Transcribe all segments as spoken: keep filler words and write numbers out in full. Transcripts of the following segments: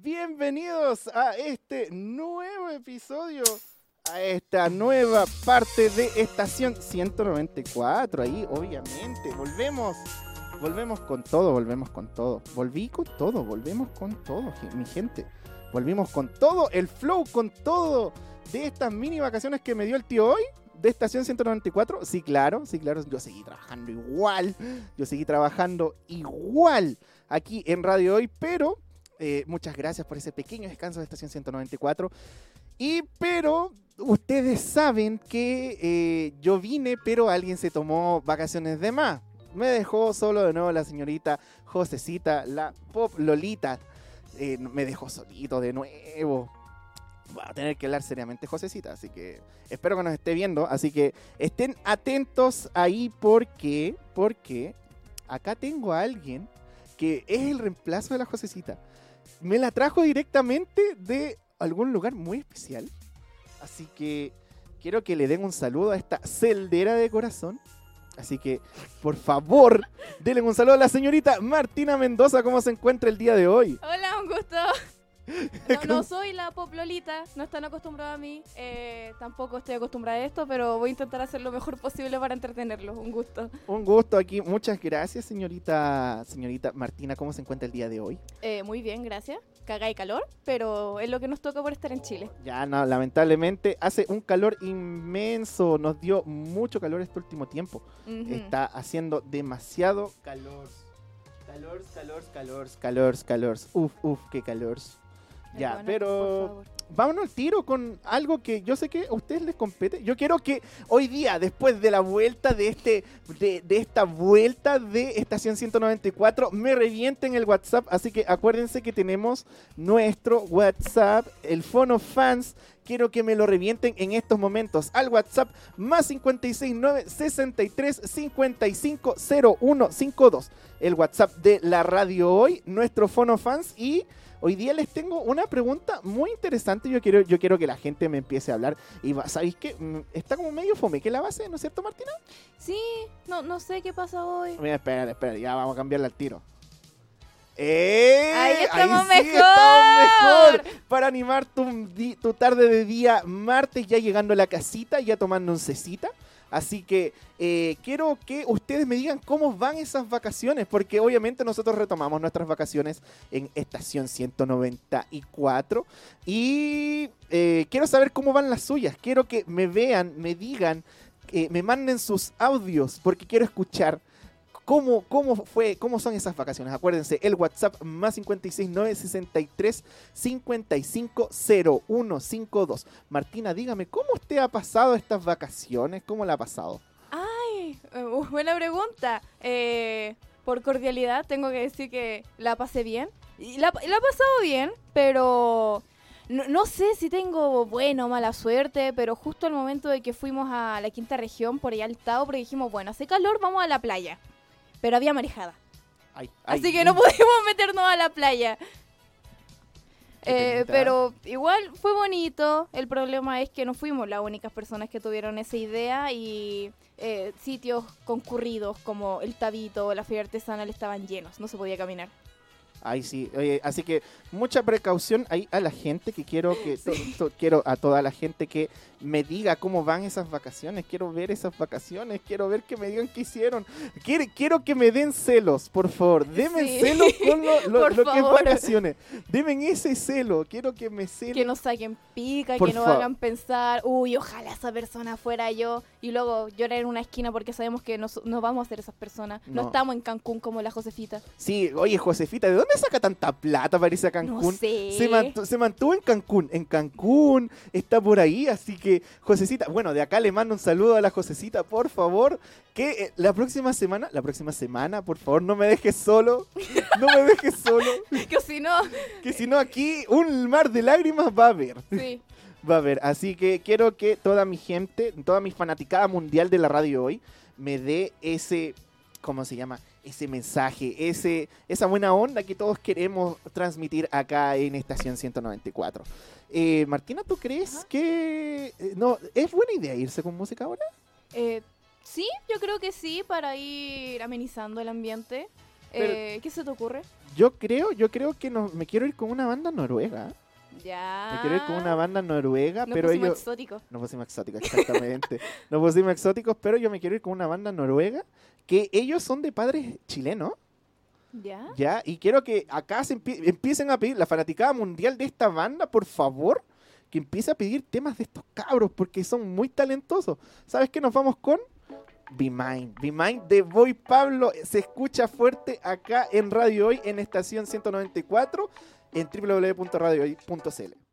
Bienvenidos a este nuevo episodio, a esta nueva parte de Estación ciento noventa y cuatro. Ahí, obviamente, volvemos, volvemos con todo, volvemos con todo. Volví con todo, volvemos con todo, mi gente. Volvimos con todo, el flow con todo de estas mini vacaciones que me dio el tío hoy. De Estación ciento noventa y cuatro, sí, claro, sí, claro, yo seguí trabajando igual, yo seguí trabajando igual aquí en Radio Hoy, pero eh, muchas gracias por ese pequeño descanso de Estación ciento noventa y cuatro, y pero ustedes saben que eh, yo vine, pero alguien se tomó vacaciones de más, me dejó solo de nuevo la señorita Josecita, la pop Lolita, eh, me dejó solito de nuevo. Voy a tener que hablar seriamente, Josecita, así que espero que nos esté viendo, así que estén atentos ahí porque, porque acá tengo a alguien que es el reemplazo de la Josecita. Me la trajo directamente de algún lugar muy especial, así que quiero que le den un saludo a esta celdera de corazón. Así que, por favor, denle un saludo a la señorita Martina Mendoza. ¿Cómo se encuentra el día de hoy? Hola, un gusto. No, no soy la pop Lolita, no están acostumbrados a mí, eh, tampoco estoy acostumbrada a esto, pero voy a intentar hacer lo mejor posible para entretenerlos. Un gusto. Un gusto aquí, muchas gracias, señorita señorita Martina. ¿Cómo se encuentra el día de hoy? Eh, muy bien, gracias. Cagá y calor, pero es lo que nos toca por estar en Chile. Ya, no, lamentablemente hace un calor inmenso, nos dio mucho calor este último tiempo. Uh-huh. Está haciendo demasiado calor. Calor, calor, calor, calor, calor. Uf, uf, qué calor. Ya, bueno, pero vámonos al tiro con algo que yo sé que a ustedes les compete. Yo quiero que hoy día, después de la vuelta de este de, de esta vuelta de Estación ciento noventa y cuatro, me revienten el WhatsApp. Así que acuérdense que tenemos nuestro WhatsApp, el Fono Fans. Quiero que me lo revienten en estos momentos al WhatsApp más cincuenta y seis nueve sesenta y tres cincuenta y cinco cero uno cincuenta y dos. El WhatsApp de la Radio Hoy, nuestro Fono Fans. Y hoy día les tengo una pregunta muy interesante. Yo quiero, yo quiero que la gente me empiece a hablar. Y ¿sabéis qué? Está como medio fome. ¿Qué la base? ¿No es cierto, Martina? Sí, no, no sé qué pasa hoy. Mira, espera, espera. Ya vamos a cambiarle al tiro. ¡Eh! Ahí estamos ahí sí, mejor. Estamos mejor. Para animar tu, tu tarde de día martes, ya llegando a la casita, ya tomando oncecita. Así que eh, quiero que ustedes me digan cómo van esas vacaciones, porque obviamente nosotros retomamos nuestras vacaciones en Estación ciento noventa y cuatro y eh, quiero saber cómo van las suyas. Quiero que me vean, me digan, eh, me manden sus audios, porque quiero escuchar ¿Cómo, cómo fue, cómo son esas vacaciones? Acuérdense, el WhatsApp más cincuenta y seis nueve sesenta y tres cincuenta y cinco cero uno cincuenta y dos. Martina, dígame, ¿cómo usted ha pasado estas vacaciones? ¿Cómo la ha pasado? Ay, uh, buena pregunta. Eh, por cordialidad tengo que decir que la pasé bien. Y la, la he pasado bien, pero no, no sé si tengo buena o mala suerte, pero justo al momento de que fuimos a la quinta región, por allá al Tao, porque dijimos, bueno, hace calor, vamos a la playa. Pero había marejada. Ay, ay, Así que no pudimos meternos a la playa. Eh, pero igual fue bonito. El problema es que no fuimos las únicas personas que tuvieron esa idea. Y eh, sitios concurridos como el Tabito, la feria artesanal estaban llenos. No se podía caminar. Ay, sí. Oye, así que mucha precaución ahí a la gente que quiero que sí. to, to, quiero a toda la gente que me diga cómo van esas vacaciones. Quiero ver esas vacaciones. Quiero ver que me digan qué hicieron. Quiero, quiero que me den celos, por favor. Denme sí. celos con lo, lo, lo que es vacaciones. Denme ese celo. Quiero que me celen. Que nos saquen pica, por que nos hagan pensar, uy, ojalá esa persona fuera yo. Y luego llorar en una esquina porque sabemos que no, no vamos a ser esas personas. No. no estamos en Cancún como la Josefita. Sí, oye, Josefita, ¿de dónde saca tanta plata para irse a Cancún? No sé. Se, mantu- se mantuvo en Cancún. En Cancún está por ahí, así que Josecita, bueno, de acá le mando un saludo a la Josecita, por favor, que eh, la próxima semana, la próxima semana, por favor, no me dejes solo, no me dejes solo. Que si no... Que si no aquí un mar de lágrimas va a haber. Sí. Va a haber, así que quiero que toda mi gente, toda mi fanaticada mundial de la Radio Hoy, me dé ese, ¿cómo se llama? Ese mensaje, ese, esa buena onda que todos queremos transmitir acá en Estación ciento noventa y cuatro. Eh, Martina, ¿tú crees Ajá. que eh, no es buena idea irse con música ahora? Eh, sí, yo creo que sí, para ir amenizando el ambiente. Eh, ¿Qué se te ocurre? Yo creo, yo creo que no, me quiero ir con una banda noruega. Ya. Me quiero ir con una banda noruega, Nos pero pusimos ellos... exóticos. Nos pusimos exóticos, exactamente. Nos pusimos exóticos, pero yo me quiero ir con una banda noruega, que ellos son de padres chilenos, ¿Ya? ¿ya? Y quiero que acá se empie- empiecen a pedir, la fanaticada mundial de esta banda, por favor, que empiece a pedir temas de estos cabros, porque son muy talentosos. ¿Sabes qué? Nos vamos con Be Mine. Be Mine de Boy Pablo. Se escucha fuerte acá en Radio Hoy, en estación ciento noventa y cuatro, en doble u doble u doble u punto radio hoy punto c l.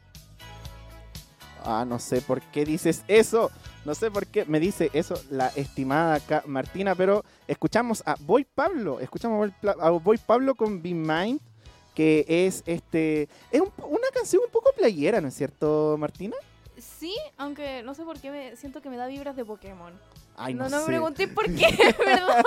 Ah, no sé por qué dices eso. No sé por qué me dice eso la estimada acá Martina, pero escuchamos a Boy Pablo. Escuchamos a Boy, Pla- a Boy Pablo con Be Mine, que es este es un- una canción un poco playera, ¿no es cierto, Martina? Sí, aunque no sé por qué me siento que me da vibras de Pokémon. Ay, no, no, no me sé. pregunté por qué, perdón.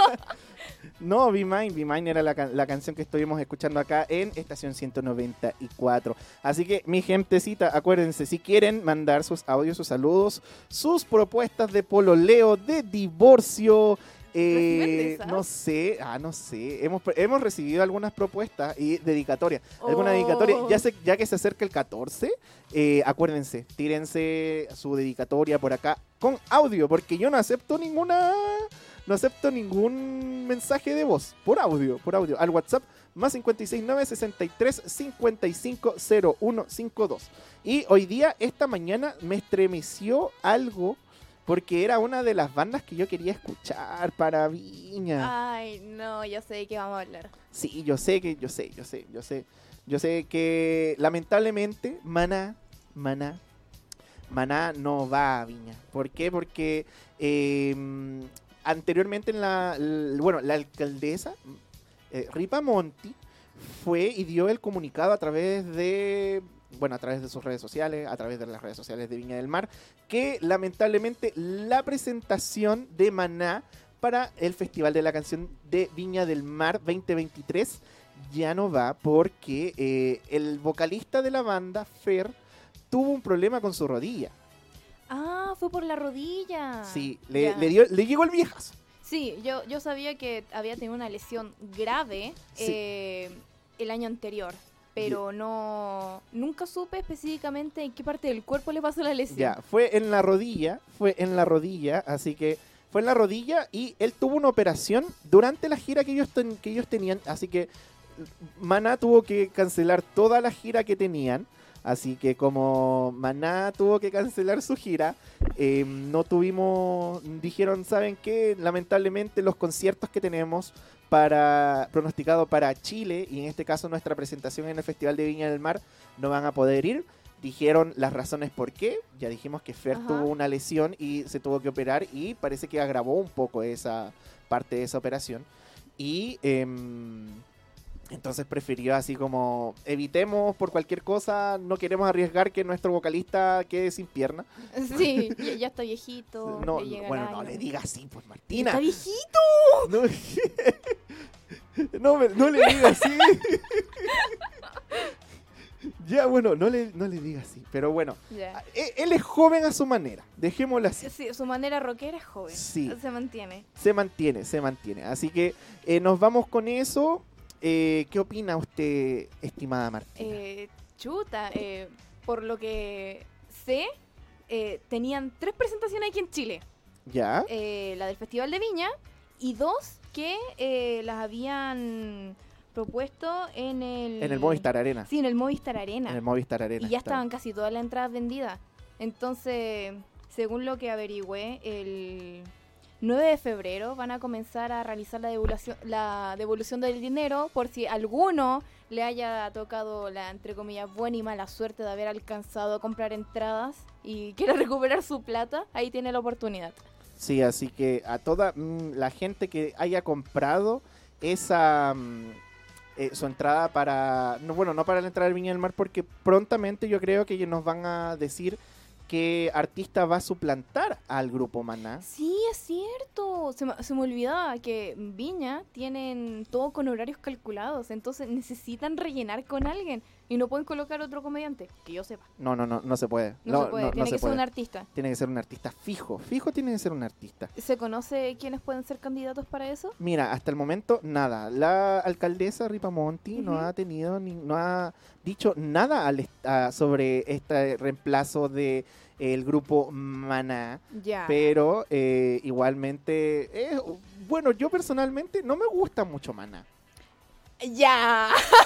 No, Be Mine, Be Mine era la, can- la canción que estuvimos escuchando acá en estación ciento noventa y cuatro. Así que, mi gentecita, acuérdense, si quieren mandar sus audios, sus saludos, sus propuestas de pololeo, de divorcio, eh, ¿Reciben de esas? no sé, ah, no sé, hemos, hemos recibido algunas propuestas y dedicatorias. Alguna Oh. dedicatoria, ya, se, ya que se acerca el catorce, eh, acuérdense, tírense su dedicatoria por acá con audio, porque yo no acepto ninguna, no acepto ningún mensaje de voz, por audio, por audio, al WhatsApp más cinco seis nueve, sesenta y tres, cincuenta y cinco, cero uno cincuenta y dos. Y hoy día, esta mañana, me estremeció algo, porque era una de las bandas que yo quería escuchar para Viña. Ay, no, ya sé de qué vamos a hablar. Sí, yo sé que, yo sé, yo sé, yo sé. Yo sé que lamentablemente Maná, Maná, Maná no va a Viña. ¿Por qué? Porque eh, anteriormente en la, l- bueno, la alcaldesa eh, Ripa Monti fue y dio el comunicado a través de, bueno, a través de sus redes sociales, a través de las redes sociales de Viña del Mar, que lamentablemente la presentación de Maná para el Festival de la Canción de Viña del Mar veinte veintitrés ya no va porque eh, el vocalista de la banda, Fer, tuvo un problema con su rodilla. Ah, fue por la rodilla. Sí, le, Ya. le, dio, le llegó el viejazo. Sí, yo, yo sabía que había tenido una lesión grave Sí. eh, el año anterior, pero no nunca supe específicamente en qué parte del cuerpo le pasó la lesión. Ya, fue en la rodilla, fue en la rodilla, así que fue en la rodilla y él tuvo una operación durante la gira que ellos, ten- que ellos tenían, así que Maná tuvo que cancelar toda la gira que tenían, así que como Maná tuvo que cancelar su gira, eh, no tuvimos, dijeron, ¿saben qué? Lamentablemente los conciertos que tenemos para pronosticado para Chile, y en este caso nuestra presentación en el Festival de Viña del Mar, no van a poder ir. Dijeron las razones por qué. Ya dijimos que Fer Ajá. tuvo una lesión y se tuvo que operar y parece que agravó un poco esa parte de esa operación. Y em, entonces prefirió así como evitemos por cualquier cosa, no queremos arriesgar que nuestro vocalista quede sin pierna. Sí, ya, ya está viejito. No, le llega el bueno, año. no le digas así, pues Está Martina. viejito. No, no, me- no le digas así. Ya, bueno, no le, no le digas así. Pero bueno, Ya. e- él es joven a su manera. Dejémoslo así. Sí, su manera rockera es joven. Sí. Se mantiene. Se mantiene, se mantiene. Así que eh, nos vamos con eso. Eh, ¿Qué opina usted, estimada Martina? Eh, chuta, eh, por lo que sé, eh, tenían tres presentaciones aquí en Chile. ¿Ya? Eh, la del Festival de Viña y dos que eh, las habían propuesto en el... En el Movistar Arena. Sí, en el Movistar Arena. En el Movistar Arena. y ya está. estaban casi todas las entradas vendidas. Entonces, según lo que averigüé, el nueve de febrero van a comenzar a realizar la devolución, la devolución del dinero por si alguno le haya tocado la, entre comillas, buena y mala suerte de haber alcanzado a comprar entradas y quiere recuperar su plata, ahí tiene la oportunidad. Sí, así que a toda mm, la gente que haya comprado esa mm, eh, su entrada para, no, bueno, no para la entrada del Viña del Mar, porque prontamente yo creo que ellos nos van a decir qué artista va a suplantar al grupo Maná. Sí, es cierto. Se me, se me olvidaba que Viña tienen todo con horarios calculados, entonces necesitan rellenar con alguien. Y no pueden colocar otro comediante, que yo sepa. No, no, no, no se puede. No, se puede, no, tiene no se que ser puede. un artista. Tiene que ser un artista fijo. Fijo tiene que ser un artista. ¿Se conoce quiénes pueden ser candidatos para eso? Mira, hasta el momento nada. La alcaldesa Ripamonti no Ujú. ha tenido ni, no ha dicho nada al est- a- sobre este reemplazo de el grupo Maná, Ya. pero eh, igualmente eh, bueno, yo personalmente no me gusta mucho Maná. Ya.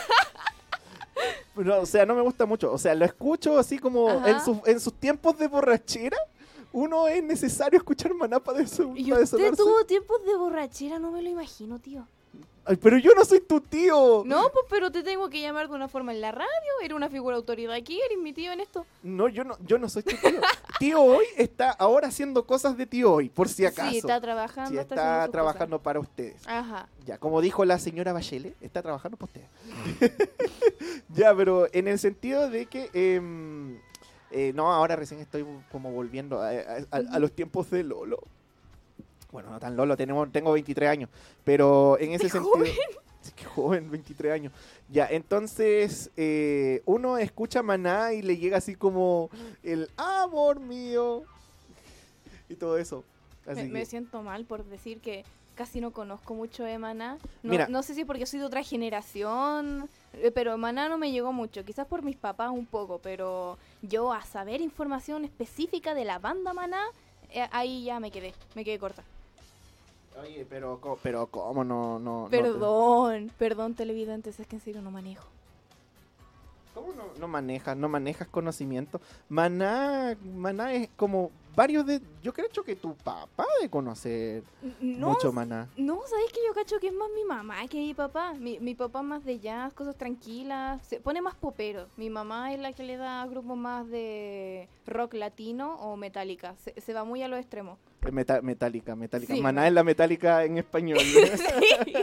No, o sea, no me gusta mucho. O sea, lo escucho así como Ajá. en, sus- en sus tiempos de borrachera. Uno es necesario escuchar Maná para, deso- Y para usted desolarse. tuvo tiempos de borrachera, no me lo imagino, tío. Ay, pero yo no soy tu tío. No, pues pero te tengo que llamar de una forma en la radio. Eres una figura de autoridad aquí, eres mi tío en esto. No, yo no, yo no soy tu tío. Tío Hoy está ahora haciendo cosas de Tío Hoy, por si acaso. Sí, está trabajando. Sí, está está haciendo sus trabajando para ustedes. cosas. Ajá. Ya, como dijo la señora Bachelet, está trabajando para ustedes. Ya, pero en el sentido de que... em, eh, no, ahora recién estoy como volviendo a, a- a- a los tiempos de Lolo. Bueno, no tan Lolo, tenemos, tengo veintitrés años, pero en ese ¡Qué sentido... joven! Sí, qué joven, veintitrés años. Ya, entonces eh, uno escucha Maná y le llega así como el amor mío y todo eso. Así Me, que- me siento mal por decir que casi no conozco mucho de Maná. No, Mira. no sé si porque soy de otra generación, eh, pero Maná no me llegó mucho. Quizás por mis papás un poco, pero yo a saber información específica de la banda Maná, eh, ahí ya me quedé, me quedé corta. Oye, pero, co- pero ¿cómo no? no no te- Perdón, perdón televidentes, es que en serio no manejo. ¿Cómo no, no manejas? ¿No manejas conocimiento? Maná, Maná es como varios de... Yo creo que tu papá de conocer No, mucho Maná. no, ¿sabes que yo cacho que es más mi mamá que mi papá? Mi, mi papá más de jazz, cosas tranquilas, se pone más popero. Mi mamá es la que le da grupos más de rock latino o metálica. Se, se va muy a los extremos. Eh, Meta- metálica, metálica. Sí. Maná es la metálica en español. Sí.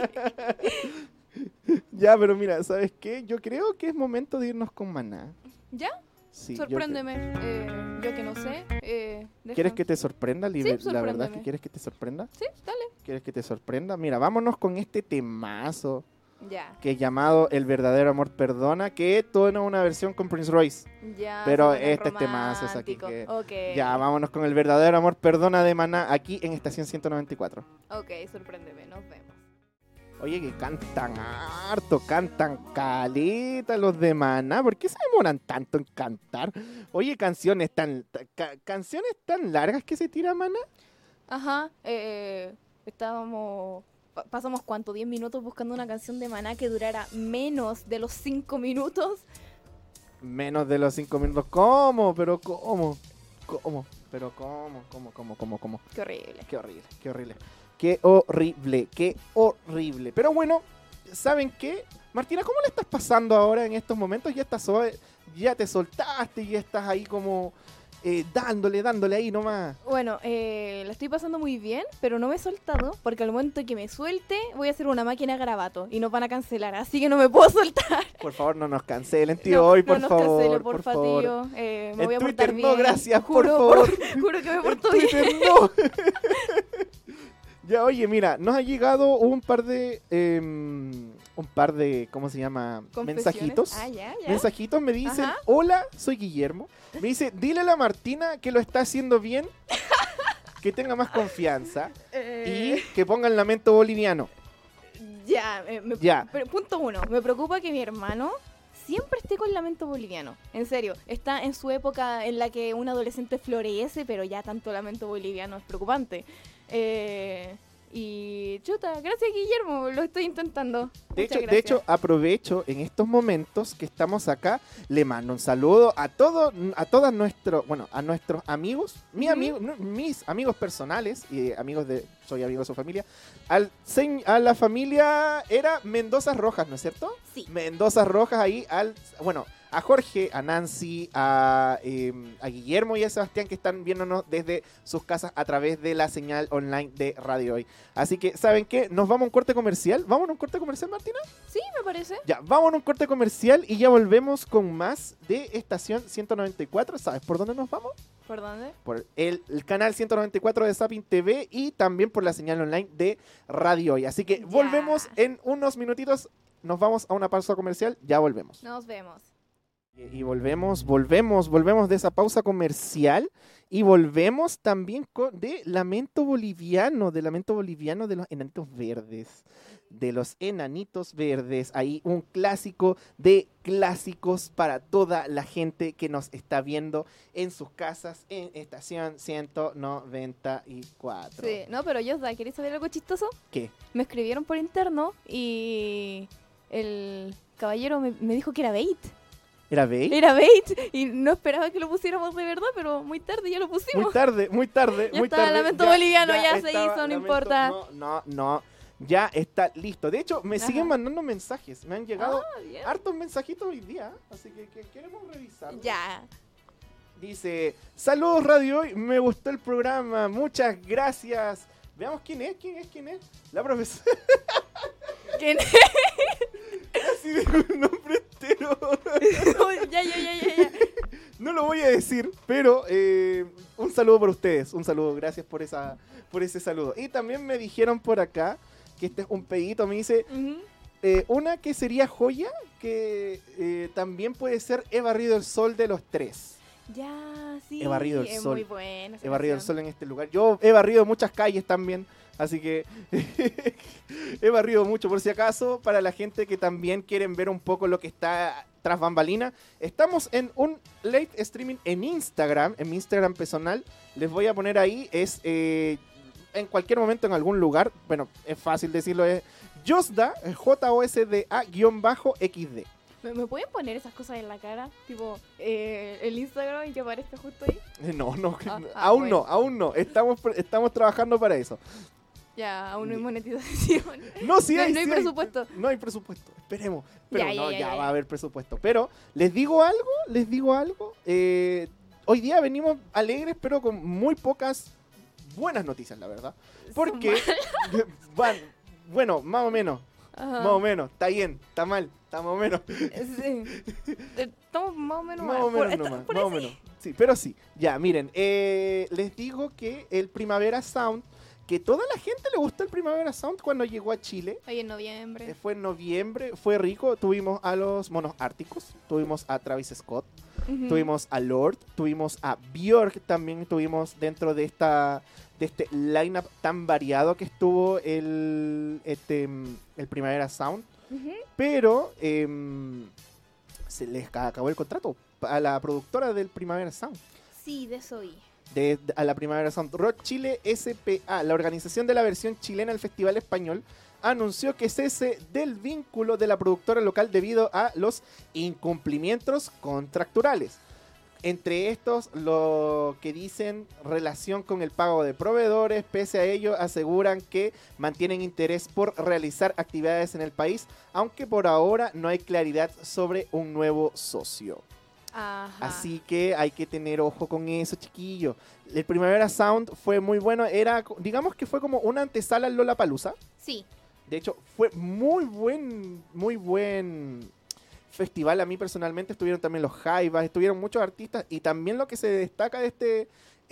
Ya, pero mira, ¿sabes qué? Yo creo que es momento de irnos con Maná. ¿Ya? Sí, yo Sorpréndeme. Eh, yo que no sé. Eh, deja- ¿Quieres que te sorprenda, Libre? Sí, La verdad es que sorpréndeme. quieres que te sorprenda. Sí, dale. ¿Quieres que te sorprenda? Mira, vámonos con este temazo Ya. que es llamado El verdadero amor perdona, que toma una versión con Prince Royce. Ya. Pero se pone este es temazo, es aquí romántico. que- Ok. Ya, vámonos con El verdadero amor perdona de Maná aquí en Estación ciento noventa y cuatro. Ok, sorpréndeme. Nos vemos. Oye, que cantan harto, cantan caleta los de Maná. ¿Por qué se demoran tanto en cantar? Oye, canciones tan ca- canciones tan largas que se tira Maná. Ajá. Eh, estábamos... pa- Pasamos cuánto, diez minutos buscando una canción de Maná que durara menos de los cinco minutos. Menos de los cinco minutos. ¿Cómo? ¿Pero cómo? ¿Cómo? ¿Pero cómo? ¿Cómo? ¿Cómo? ¿Cómo? ¿Cómo? Qué horrible. Qué horrible, qué horrible. Qué horrible, qué horrible. Pero bueno, ¿saben qué? Martina, ¿cómo le estás pasando ahora en estos momentos? Ya estás, so- ya te soltaste, ya estás ahí como eh, dándole, dándole ahí nomás. Bueno, eh, la estoy pasando muy bien, pero no me he soltado porque al momento que me suelte voy a hacer una máquina de garabato y nos van a cancelar, así que no me puedo soltar. Por favor, no nos cancelen, tío, No, hoy, no por nos favor, cancele, por porfa, favor. tío. Eh, me En voy a Twitter portar no, bien. gracias, por Juro, favor. Juro que me En porto bien. Twitter no. Ya, oye, mira, nos ha llegado un par de, em, un par de, ¿cómo se llama? Confesiones. Mensajitos. Ah, ya, ya. Mensajitos me dicen, Ajá. hola, soy Guillermo. Me dice, dile a la Martina que lo está haciendo bien, que tenga más confianza Eh, y que ponga el lamento boliviano. Ya, eh, me- Ya. pero punto uno. Me preocupa que mi hermano siempre esté con lamento boliviano. En serio, está en su época en la que un adolescente florece, pero ya tanto lamento boliviano es preocupante. Eh, y chuta, gracias Guillermo, lo estoy intentando. De Muchas hecho, de gracias. hecho, aprovecho en estos momentos que estamos acá, le mando un saludo a todos, a todas nuestros, bueno, a nuestros amigos, mi Ujú. amigo, no, mis amigos personales y amigos de, soy amigo de su familia, al se- a la familia era Mendoza Rojas, ¿no es cierto? Sí. Mendoza Rojas ahí al, bueno, a Jorge, a Nancy, a, eh, a Guillermo y a Sebastián que están viéndonos desde sus casas a través de la señal online de Radio Hoy. Así que, ¿saben qué? Nos vamos a un corte comercial. ¿Vamos a un corte comercial, Martina? Sí, me parece. Ya, vamos a un corte comercial y ya volvemos con más de Estación ciento noventa y cuatro. ¿Sabes por dónde nos vamos? ¿Por dónde? Por el, el canal ciento noventa y cuatro de Zapping T V y también por la señal online de Radio Hoy. Así que Ya. volvemos en unos minutitos. Nos vamos a una pausa comercial. Ya volvemos. Nos vemos. Y volvemos, volvemos, volvemos de esa pausa comercial y volvemos también con, de Lamento Boliviano, de Lamento Boliviano de los Enanitos Verdes, de los Enanitos Verdes. Ahí un clásico de clásicos para toda la gente que nos está viendo en sus casas en estación ciento noventa y cuatro. Sí, no, pero Yosda, ¿querés saber algo chistoso? ¿Qué? Me escribieron por interno y el caballero me, me dijo que era bait. ¿Era bait? Era bait y no esperaba que lo pusiéramos de verdad, pero muy tarde ya lo pusimos. Muy tarde, muy tarde, Ya muy está, tarde. Lamento Boliviano, ya se estaba, hizo, no lamento- importa. No, no, no, ya está listo. De hecho, me Ajá. siguen mandando mensajes. Me han llegado Ah, bien. hartos mensajitos hoy día, así que, que queremos revisar. Ya. Dice, saludos Radio Hoy, me gustó el programa, muchas gracias. Veamos quién es, quién es, quién es. La profesora. ¿Quién? Casi dijo un nombre entero. ya, ya, ya, ya, ya. No lo voy a decir, pero eh, un saludo por ustedes, un saludo, gracias por esa, por ese saludo. Y también me dijeron por acá que este es un pedito, me dice, Ujú. eh, una que sería joya, que eh, también puede ser He barrido el sol de los tres. Ya, sí. He barrido el es sol. muy buena esa He barrido el canción. sol en este lugar. Yo he barrido muchas calles también, así que he barrido mucho por si acaso. Para la gente que también quieren ver un poco lo que está tras bambalina, estamos en un late streaming en Instagram, en mi Instagram personal. Les voy a poner ahí, es eh, en cualquier momento, en algún lugar. Bueno, es fácil decirlo, es Josda, J O S D A guión bajo X D. ¿Me, me pueden poner esas cosas en la cara? Tipo, eh, el Instagram y que aparezca justo ahí. Eh, No, no, Ah, ah, aún bueno. no, aún no. Estamos, estamos trabajando para eso. Ya, aún no hay monetización. No, sí No- hay, no hay sí presupuesto. No hay presupuesto, esperemos. Pero Ya, ya, no, ya, ya, ya, va ya. a haber presupuesto. Pero, les digo algo, les digo algo. eh, hoy día venimos alegres, pero con muy pocas buenas noticias, la verdad. Porque, van, bueno, más o menos, Ajá. más o menos, está bien, está mal, está más o menos. Sí. Estamos más o menos Más mal. o Por- menos está- nomás, por más o ahí sí. menos. Sí, pero sí. Ya, miren, eh, les digo que el Primavera Sound, que toda la gente le gustó el Primavera Sound cuando llegó a Chile. Ahí en noviembre. Eh, Fue en noviembre, fue rico. Tuvimos a los monos árticos, tuvimos a Travis Scott, Ujú. tuvimos a Lord, tuvimos a Björk también, tuvimos dentro de esta de este lineup tan variado que estuvo el este mm, el Primavera Sound, Ujú. pero em, se les ca- acabó el contrato a la productora del Primavera Sound. Sí, de eso vi. De, de- a la Primavera Sound. Rock Chile S P A, la organización de la versión chilena del Festival Español, anunció que cese del vínculo de la productora local debido a los incumplimientos contractuales. Entre estos, lo que dicen relación con el pago de proveedores, pese a ello aseguran que mantienen interés por realizar actividades en el país, aunque por ahora no hay claridad sobre un nuevo socio. Ajá. Así que hay que tener ojo con eso, chiquillo. El Primavera Sound fue muy bueno. Era, digamos que fue como una antesala al Lollapalooza. Sí. De hecho, fue muy buen, muy buen festival. A mí personalmente estuvieron también los Jaivas, estuvieron muchos artistas. Y también lo que se destaca de este,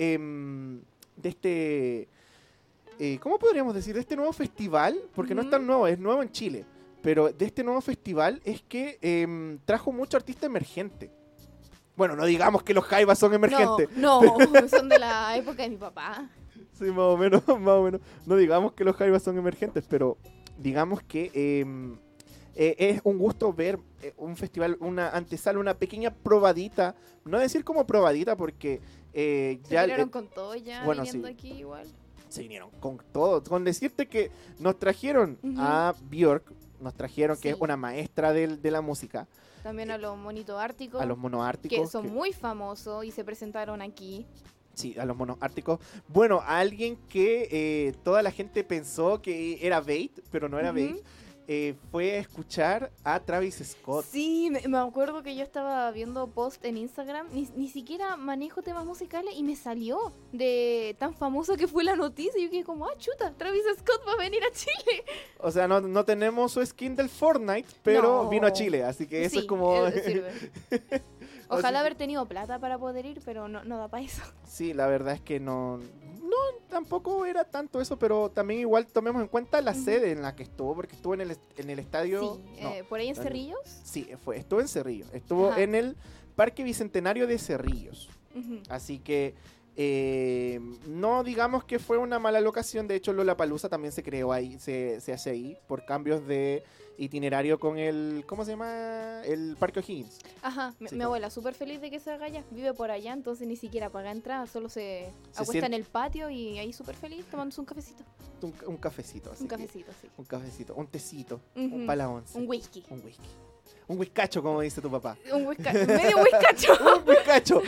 em, de este, eh, ¿cómo podríamos decir? De este nuevo festival, porque no es tan Ujú. nuevo, es nuevo en Chile. Pero de este nuevo festival es que em, trajo mucho artista emergente. Bueno, no digamos que los Jaivas son emergentes. No, no, son de la época de mi papá. Sí, más o menos, más o menos. No digamos que los Jaivas son emergentes, pero digamos que eh, eh, es un gusto ver eh, un festival, una antesala, una pequeña probadita. No decir como probadita porque eh, Se ya tiraron eh, con todo ya bueno, viniendo sí. aquí igual. se vinieron con todo. Con decirte que nos trajeron Ujú. a Björk, nos trajeron que Sí. es una maestra del- de, la música, También a los monitos árticos. a los monos árticos. que son que- muy famosos y se presentaron aquí. Sí, a los monos árticos. Bueno, a alguien que eh, toda la gente pensó que era bait, pero no era Ujú. bait, eh, fue a escuchar a Travis Scott. Sí, me, me acuerdo que yo estaba viendo post en Instagram, ni, ni siquiera manejo temas musicales y me salió de tan famoso que fue la noticia. Y yo quedé como, ah, chuta, Travis Scott va a venir a Chile. O sea, no, no tenemos su skin del Fortnite, pero No. vino a Chile, así que eso Sí, es como... eh, sirve. Así Ojalá que- haber tenido plata para poder ir, pero no, no da para eso. Sí, la verdad es que no... tampoco era tanto eso, pero también igual tomemos en cuenta la Ujú. sede en la que estuvo, porque estuvo en el, est- en el estadio... Sí, no, eh, por ahí en en- Cerrillos. Sí, fue, estuvo en Cerrillos, estuvo Ajá. en el Parque Bicentenario de Cerrillos. Ujú. Así que eh, no digamos que fue una mala locación. De hecho, Lollapalooza también se creó ahí, se, se hace ahí por cambios de itinerario con el, ¿cómo se llama? El Parque O'Higgins. Ajá, mi, Sí, mi como- abuela súper feliz de que se haga allá. Vive por allá, entonces ni siquiera paga entrada, solo se, Se acuesta siente- en el patio y ahí súper feliz tomándose un cafecito. Un, un cafecito, así Un que- cafecito, sí. un cafecito, un tecito, Ujú. un para la once, Un whisky. un whisky, un whiskacho, como dice tu papá. Un whiska, medio whiskacho. un whiskacho.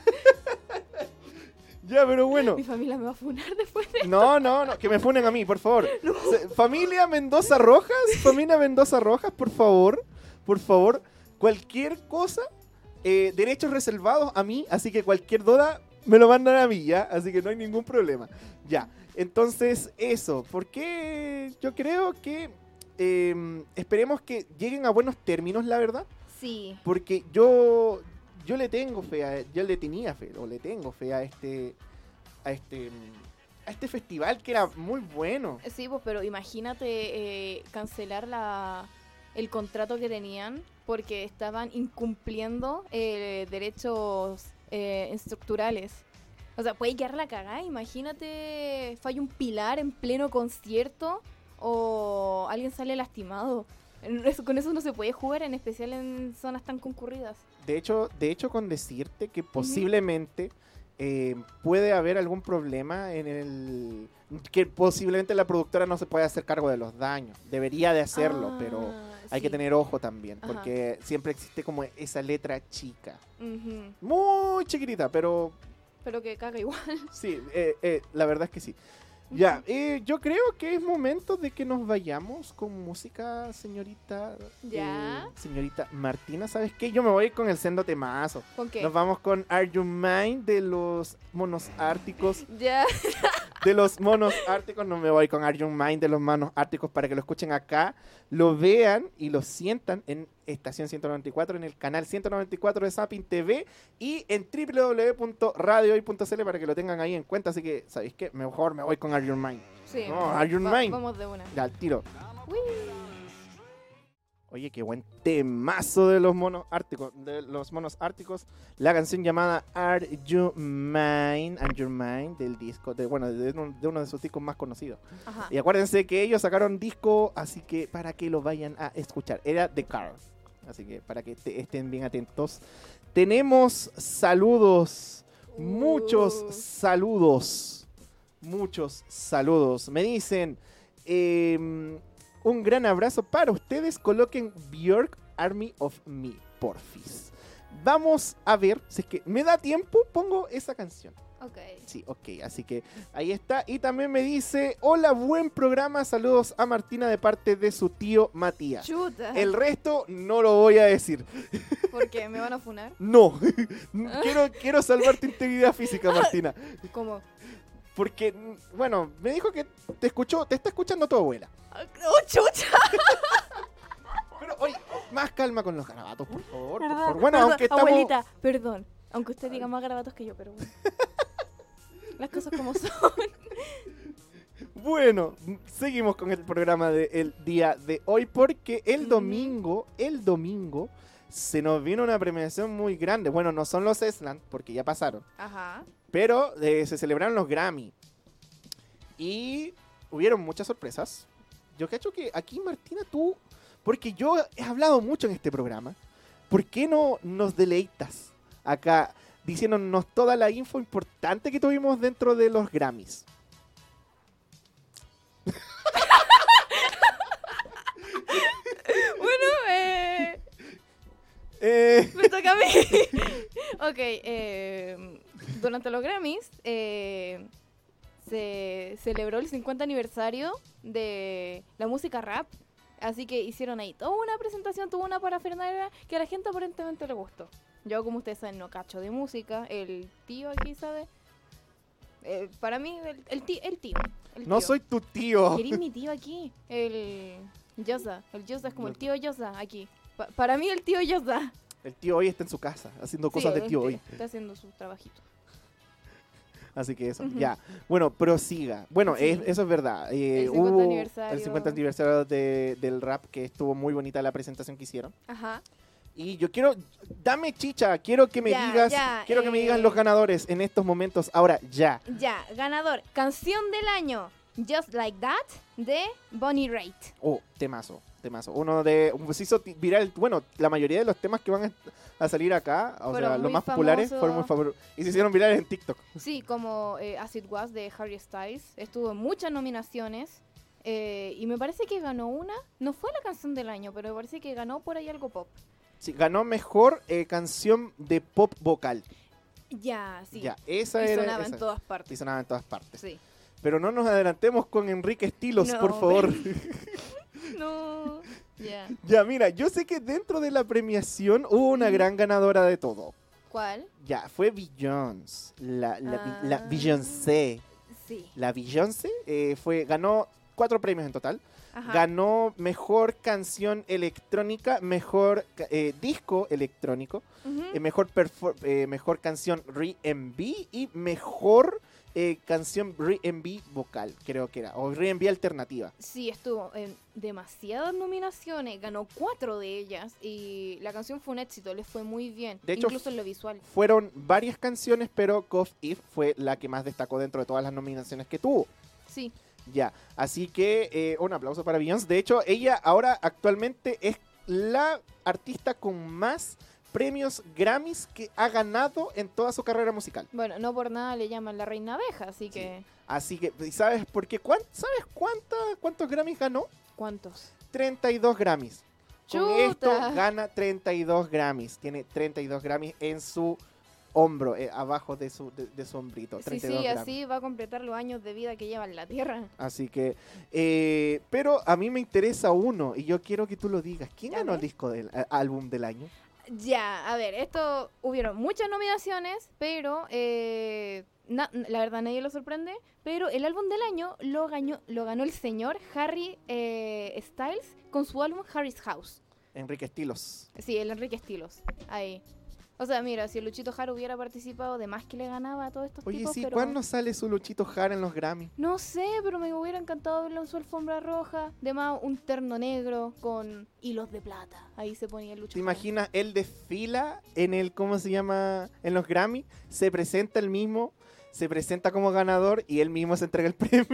Ya, pero bueno. Mi familia me va a funar después de... No, no, no, que me funen a mí, por favor. Se- Familia Mendoza Rojas, familia Mendoza Rojas, por favor, por favor, cualquier cosa, eh, derechos reservados a mí, así que cualquier duda me lo mandan a mí, ¿ya? Así que no hay ningún problema. Ya, entonces eso, porque yo creo que eh, esperemos que lleguen a buenos términos, la verdad, Sí. porque yo yo le tengo fe, a, yo le tenía fe, o le tengo fe a este a este a este festival que era muy bueno. Sí, pues, pero imagínate eh, cancelar la, el contrato que tenían porque estaban incumpliendo eh, derechos eh, estructurales. O sea, puede quedar la cagada. Imagínate, falla un pilar en pleno concierto o alguien sale lastimado. Eso- con eso no se puede jugar, en especial en zonas tan concurridas. De hecho, de hecho con decirte que posiblemente eh, puede haber algún problema en el que posiblemente la productora no se pueda hacer cargo de los daños. Debería de hacerlo, Ah, pero hay sí. que tener ojo también, Ajá. porque siempre existe como esa letra chica. Ujú. Muy chiquitita, pero Pero que caga igual. sí, eh, eh, la verdad es que sí. Ya, eh, yo creo que es momento de que nos vayamos con música, señorita. Ya. eh, señorita Martina, ¿sabes qué? Yo me voy con el sendo temazo. ¿Con qué? Nos vamos con Are You Mine de los monos árticos. Ya. De los monos árticos, no me voy con Are You Mine de los monos árticos para que lo escuchen acá, lo vean y lo sientan en estación ciento noventa y cuatro, en el canal ciento noventa y cuatro de Zapping T V y en doble u doble u doble u punto radio hoy punto c l para que lo tengan ahí en cuenta. Así que, ¿sabéis qué? Mejor me voy con Are You Mine. Sí. No, Are You Va- Mine? Vamos de una. Ya, al tiro. Uy. Oye, qué buen temazo de los monos árticos, de los monos árticos. La canción llamada Are You Mine, and Your Mine, del disco, de, bueno, de uno, de uno de sus discos más conocidos. Ajá. Y acuérdense que ellos sacaron disco, así que para que lo vayan a escuchar. Era The Car. Así que para que te- estén bien atentos. Tenemos saludos, muchos Uh. saludos, muchos saludos. Me dicen, em, un gran abrazo para ustedes. Coloquen Björk, Army of Me, porfis. Vamos a ver, si es que me da tiempo, pongo esa canción. Ok. Sí, ok, así que ahí está. Y también me dice, hola, buen programa, saludos a Martina de parte de su tío Matías. Chuta. El resto no lo voy a decir. ¿Por qué? ¿Me van a funar? No, quiero, quiero salvar tu integridad física, Martina. ¿Cómo? Porque, bueno, me dijo que te escuchó, te está escuchando tu abuela. ¡Oh, chucha! Pero, oye, más calma con los garabatos, por favor, por Perdón, favor. Bueno, perdón, aunque estamos... Abuelita, perdón. Aunque usted diga más garabatos que yo, pero bueno. Las cosas como son. Bueno, seguimos con el programa del día de hoy porque el Ujú. domingo, el domingo, se nos vino una premiación muy grande. Bueno, no son los Esland, porque ya pasaron, Ajá. pero eh, se celebraron los Grammy. Y hubieron muchas sorpresas. Yo cacho que aquí, Martina, tú, porque yo he hablado mucho en este programa, ¿por qué no nos deleitas acá diciéndonos toda la info importante que tuvimos dentro de los Grammys? Bueno, eh... Eh, Me toca a mí. Ok, eh, durante los Grammys eh, se celebró el cincuenta aniversario de la música rap. Así que hicieron ahí toda una presentación, tuvo una parafernalia que a la gente aparentemente le gustó. Yo, como ustedes saben, no cacho de música. El tío aquí sabe. Eh, para mí, el, el, tí- el tío. el no tío. soy tu tío. ¿Queréis mi tío aquí? El Yosa. El Yosa es como el tío Yosa aquí. Pa- para mí, el tío Yosa. El tío hoy está en su casa, haciendo Sí, cosas de el tío hoy. Está haciendo su trabajito. Así que eso, Ujú. ya. Bueno, prosiga. Bueno, Sí. es- eso es verdad. Eh, El cincuenta hubo aniversario. el cincuenta aniversario de- del rap, que estuvo muy bonita la presentación que hicieron. Ajá. Y yo quiero, dame chicha, quiero que me Ya, digas, ya, quiero que me eh. digan los ganadores en estos momentos, ahora, ya. Ya, ganador. Canción del año. Just Like That de Bonnie Raitt. Oh, temazo, temazo. Uno de, se hizo ti- viral, bueno, la mayoría de los temas que van a, a salir acá, o Fueron sea, los muy más populares, famosos. fueron muy favor y se hicieron virales en TikTok. Sí, como eh, As It Was de Harry Styles. Estuvo en muchas nominaciones. eh, y me parece que ganó una. No fue la canción del año, pero me parece que ganó por ahí algo pop. Sí, ganó mejor eh, canción de pop vocal. Ya, sí. Ya, esa y era. sonaba esa. en todas Y partes. sonaba en todas partes. Sí. Pero no nos adelantemos con Enrique Estilos, No, por favor. No. Ya. Ya, mira, yo sé que dentro de la premiación hubo una gran ganadora de todo. ¿Cuál? Ya, fue Beyoncé. La, la, Bi- la Ah. Beyoncé. Sí. La Beyoncé eh, fue, ganó cuatro premios en total. Ajá. Ganó mejor canción electrónica, mejor ca- eh, disco electrónico, Ujú. eh, mejor, perfor- eh, mejor canción R and B y mejor eh, canción R and B vocal, creo que era, o R and B alternativa. Sí, estuvo en demasiadas nominaciones, ganó cuatro de ellas y la canción fue un éxito, le fue muy bien, De hecho, incluso en lo visual. Fueron varias canciones, pero Cough If fue la que más destacó dentro de todas las nominaciones que tuvo. Sí, Ya, así que eh, un aplauso para Beyoncé. De hecho, ella ahora actualmente es la artista con más premios Grammys que ha ganado en toda su carrera musical. bueno, no por nada le llaman la reina abeja, así que... Así que, ¿y ¿sabes por qué? ¿Cuán- ¿Sabes cuánta, cuántos Grammys ganó? ¿Cuántos? treinta y dos Grammys. Con ¡Chuta! esto gana treinta y dos Grammys. Tiene treinta y dos Grammys en su hombro, eh, abajo de su, de, de su hombrito. Sí, treinta y dos sí, Grammys. así va a completar los años de vida que lleva en la Tierra. Así que, eh, pero a mí me interesa uno y yo quiero que tú lo digas. ¿Quién A ganó el ver. disco del eh, álbum del año? Ya, a ver, esto hubieron muchas nominaciones, pero eh, na- la verdad nadie lo sorprende, pero el álbum del año lo ganó, lo ganó el señor Harry eh, Styles con su álbum Harry's House. Enrique Estilos. Sí, el Enrique Estilos, ahí. O sea, mira, si el Luchito Jara hubiera participado, de más que le ganaba a todos estos Oye, tipos, sí, pero... ¿cuándo sale su Luchito Jara en los Grammy? No sé, pero me hubiera encantado verlo en su alfombra roja. Además, un terno negro con hilos de plata. Ahí se ponía el Lucho ¿Te Jara. imaginas? Él desfila en el, ¿cómo se llama? En los Grammy, se presenta el mismo, se presenta como ganador y él mismo se entrega el premio.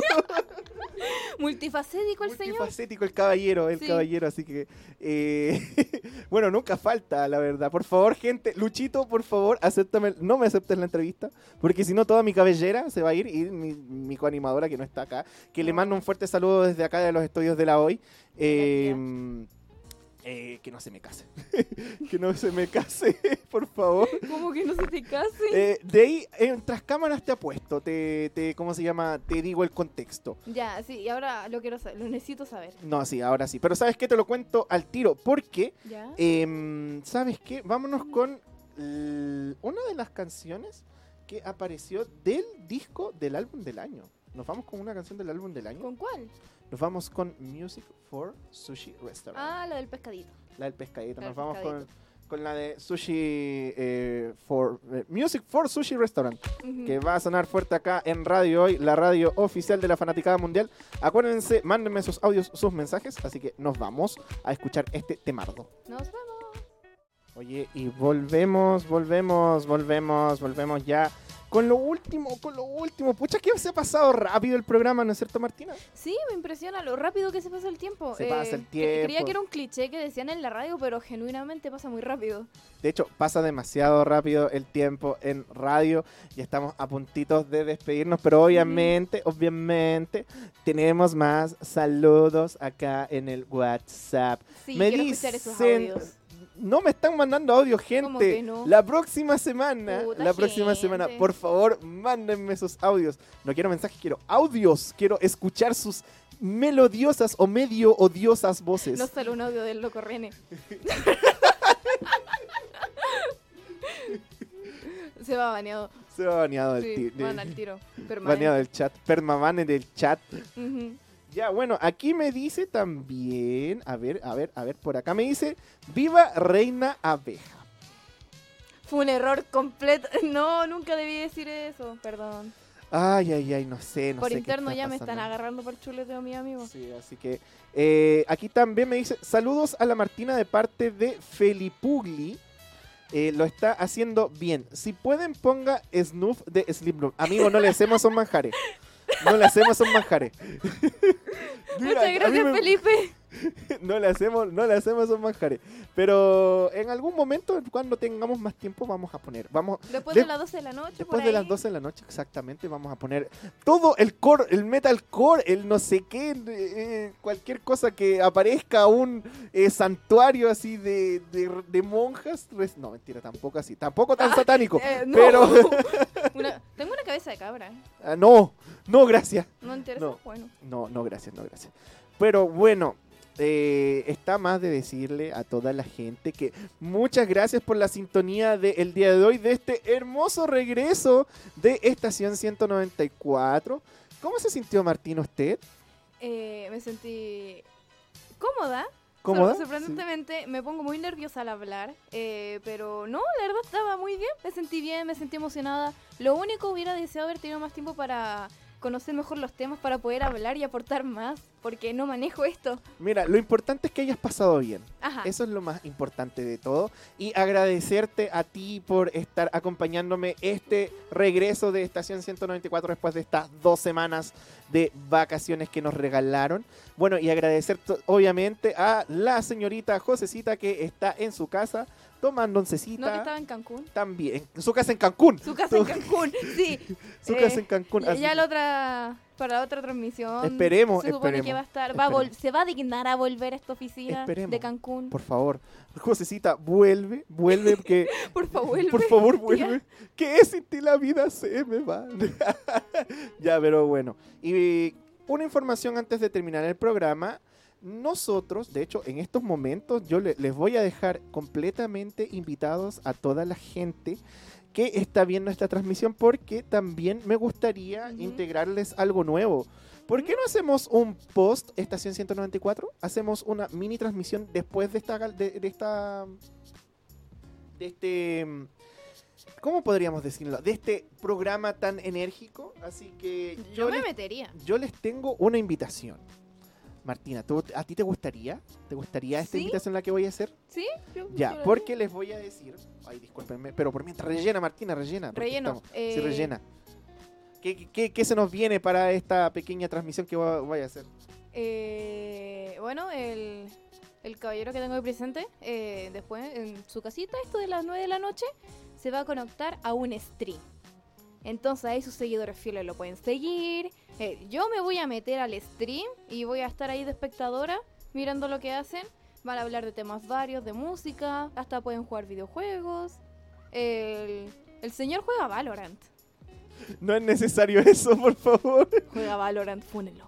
Multifacético el señor. Multifacético el caballero, el Sí. caballero, así que eh, bueno, nunca falta, la verdad. Por favor, gente, Luchito, por favor, acéptame, no me aceptes la entrevista, porque si no toda mi cabellera se va a ir y mi, mi coanimadora que no está acá, que le No. mando un fuerte saludo desde acá de los estudios de la hoy. Eh, Gracias. eh, que no se me case. Que no se me case, por favor. ¿Cómo que no se te case? Eh, de ahí, en tras cámaras te apuesto, te, te, ¿cómo se llama? Te digo el contexto. Ya, sí, y ahora lo quiero saber, lo necesito saber. No, sí, ahora sí. Pero ¿sabes qué? Te lo cuento al tiro, porque, ¿Ya? em, ¿sabes qué? Vámonos con l- una de las canciones que apareció del disco del álbum del año. Nos vamos con una canción del álbum del año. ¿Con cuál? Nos vamos con Music for Sushi Restaurant. Ah, la del pescadito. La del pescadito. la Nos del vamos con, pescadito. con la de Sushi eh, for eh, Music for Sushi Restaurant, Ujú. que va a sonar fuerte acá en Radio Hoy, la radio oficial de la Fanaticada Mundial. Acuérdense, mándenme sus audios, sus mensajes, así que nos vamos a escuchar este temardo. Nos vemos. Oye, y volvemos, volvemos, volvemos, volvemos ya con lo último, con lo último. Pucha, que se ha pasado rápido el programa, ¿no es cierto, Martina? Sí, me impresiona lo rápido que se pasa el tiempo. Se pasa el cre- tiempo. Creía que era un cliché que decían en la radio, pero genuinamente pasa muy rápido. De hecho, pasa demasiado rápido el tiempo en radio y estamos a puntitos de despedirnos, pero obviamente, obviamente, tenemos más saludos acá en el WhatsApp. Sí, Me quiero escuchar esos dicen- audios. No me están mandando audio, gente. ¿Cómo que no? La próxima semana, Puta la próxima gente. semana, por favor, mándenme sus audios. No quiero mensajes, quiero audios. Quiero escuchar sus melodiosas o medio odiosas voces. No solo un audio del loco René. Se va baneado. Se va baneado el Sí, ti- van al tiro. baneado del chat. Permabane del chat. Ujú. Ya, bueno, aquí me dice también, a ver, a ver, a ver, por acá me dice, viva Reina Abeja. Fue un error completo. No, nunca debí decir eso. Perdón. Ay, ay, ay, no sé, no por sé interno qué está ya me pasando. están agarrando por chuleteo mis amigos. Sí, así que eh, aquí también me dice, saludos a la Martina de parte de Felipugli. Eh, lo está haciendo bien. Si pueden, ponga Snuff de Slipknot. Amigo, no le hacemos esos manjares. No le hacemos esos manjares. Mira, Muchas a mí gracias, me- Felipe. no le hacemos, no le hacemos esos manjares. Pero en algún momento, cuando tengamos más tiempo, vamos a poner. Vamos, Después de- de las doce de la noche. después por de las ahí. doce de la noche, exactamente, vamos a poner todo el core, el metalcore, el no sé qué, eh, eh, cualquier cosa que aparezca un eh, santuario así de, de, de monjas. res- No, mentira, tampoco así, tampoco tan Ah, satánico. Eh, no. Pero, Una- tengo una cabeza de cabra. ah, no, no, gracias. ¿No te interesa? No. Bueno. No, no, gracias, no, gracias. Pero bueno, eh, está más de decirle a toda la gente que muchas gracias por la sintonía del día de hoy, de este hermoso regreso de Estación ciento noventa y cuatro. ¿Cómo se sintió, Martín, usted? Eh, me sentí cómoda. ¿Cómoda? Sor- sorprendentemente me pongo muy nerviosa al hablar, eh, pero no, la verdad estaba muy bien, me sentí bien, me sentí emocionada. Lo único hubiera deseado haber tenido más tiempo para conocer mejor los temas, para poder hablar y aportar más, porque no manejo esto. Mira, lo importante es que hayas pasado bien. Ajá. Eso es lo más importante de todo. Y agradecerte a ti por estar acompañándome este regreso de Estación ciento noventa y cuatro después de estas dos semanas de vacaciones que nos regalaron. Bueno, y agradecer to- obviamente a la señorita Josecita que está en su casa tomando oncecita. No, que estaba en Cancún. También. Su casa en Cancún. Su casa en Su- Cancún, sí. Su Eh, casa en Cancún. Ya, así ya que- la otra, para la otra transmisión. Esperemos, Se supone esperemos, que va a estar, va a vol- esperemos. se va a dignar a volver a esta oficina Esperemos. de Cancún. Por favor, Josecita, vuelve, vuelve, que Por favor, vuelve. por favor, tía. vuelve. Que sin ti la vida se me va. Ya, pero bueno. Y una información antes de terminar el programa. Nosotros, de hecho, en estos momentos, yo le- les voy a dejar completamente invitados a toda la gente que está viendo esta transmisión, porque también me gustaría Ujú. integrarles algo nuevo. ¿Por qué no hacemos un post Estación ciento noventa y cuatro? Hacemos una mini transmisión después de esta gal- de, de esta de este ¿cómo podríamos decirlo? De este programa tan enérgico, así que Yo yo me les, metería. yo les tengo una invitación. Martina, ¿tú- ¿a ti te gustaría? ¿Te gustaría esta ¿Sí? invitación la que voy a hacer? ¿Sí? Yo- Ya, yo la porque les voy a decir, ay, discúlpenme, pero por mientras rellena, Martina, rellena. porque Relleno, estamos- sí, eh, rellena. ¿Qué, qué, qué se nos viene para esta pequeña transmisión que va- voy a hacer? Eh, bueno, el, el caballero que tengo de presente, eh, después en su casita, esto de las nueve de la noche, se va a conectar a un stream. Entonces ahí sus seguidores fieles lo pueden seguir. Eh, yo me voy a meter al stream y voy a estar ahí de espectadora mirando lo que hacen. Van a hablar de temas varios, de música, hasta pueden jugar videojuegos. El, el señor juega Valorant. No es necesario eso, por favor. Juega Valorant, fúnelo.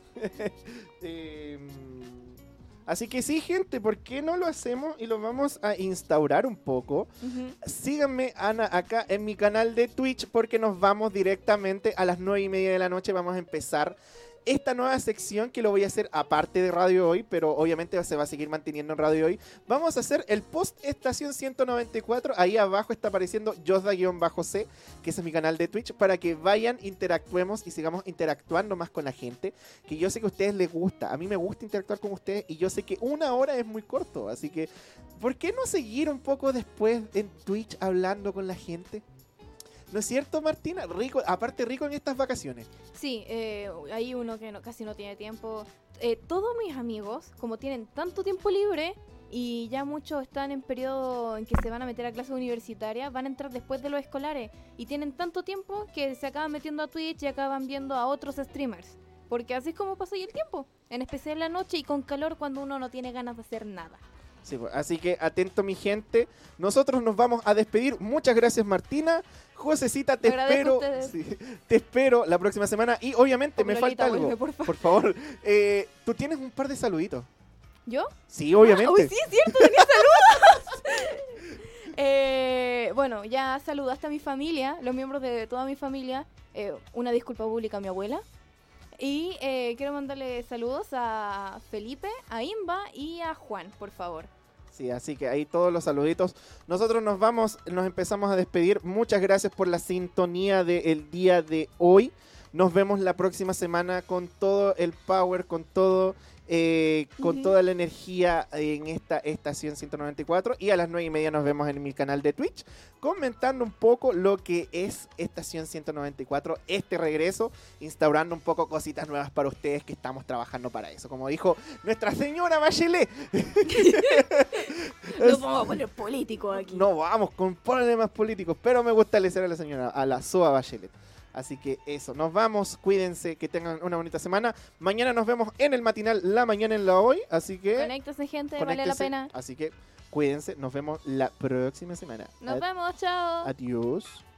Eh, así que sí, gente, ¿por qué no lo hacemos y lo vamos a instaurar un poco? Ujú. Síganme, Ana, acá en mi canal de Twitch, porque nos vamos directamente a las nueve y media de la noche. Vamos a empezar esta nueva sección que lo voy a hacer aparte de Radio Hoy, pero obviamente se va a seguir manteniendo en Radio Hoy. Vamos a hacer el post Estación ciento noventa y cuatro. Ahí abajo está apareciendo Josda-C, que ese es mi canal de Twitch, para que vayan, interactuemos y sigamos interactuando más con la gente, que yo sé que a ustedes les gusta. A mí me gusta interactuar con ustedes y yo sé que una hora es muy corto, así que ¿por qué no seguir un poco después en Twitch hablando con la gente? ¿No es cierto, Martina? Rico, aparte rico en estas vacaciones. Sí, eh, hay uno que no, casi no tiene tiempo. Eh, todos mis amigos, como tienen tanto tiempo libre y ya muchos están en periodo en que se van a meter a clases universitarias, van a entrar después de los escolares y tienen tanto tiempo que se acaban metiendo a Twitch y acaban viendo a otros streamers. Porque así es como pasa ahí el tiempo, en especial en la noche y con calor cuando uno no tiene ganas de hacer nada. Sí, pues, así que atento, mi gente. Nosotros nos vamos a despedir. Muchas gracias, Martina. Josecita, te Agradezco espero. a ustedes. Sí, te espero la próxima semana. Y obviamente me Lolita, falta algo. vuelve, por favor. Por favor, eh, tú tienes un par de saluditos. ¿Yo? Sí, obviamente. Ah, uy, sí, es cierto, tenía saludos. eh, bueno, ya saludaste a mi familia, los miembros de toda mi familia. Eh, una disculpa pública a mi abuela. Y eh, quiero mandarle saludos a Felipe, a Imba y a Juan, por favor. Sí, así que ahí todos los saluditos. Nosotros nos vamos, nos empezamos a despedir. Muchas gracias por la sintonía del día de hoy. Nos vemos la próxima semana con todo el power, con todo, eh, con Ujú. toda la energía en esta estación ciento noventa y cuatro. Y a las nueve y media nos vemos en mi canal de Twitch, comentando un poco lo que es estación ciento noventa y cuatro, este regreso, instaurando un poco cositas nuevas para ustedes que estamos trabajando para eso. Como dijo nuestra señora Bachelet. Nos vamos a poner político aquí. No vamos con problemas políticos, pero me gusta le a la señora, a la Soa Bachelet. Así que eso, nos vamos, cuídense, que tengan una bonita semana. Mañana nos vemos en el matinal, la mañana en la hoy, así que... Conéctese, gente, vale la conéctense. pena. Así que cuídense, nos vemos la próxima semana. Nos Ad- vemos, chao. Adiós.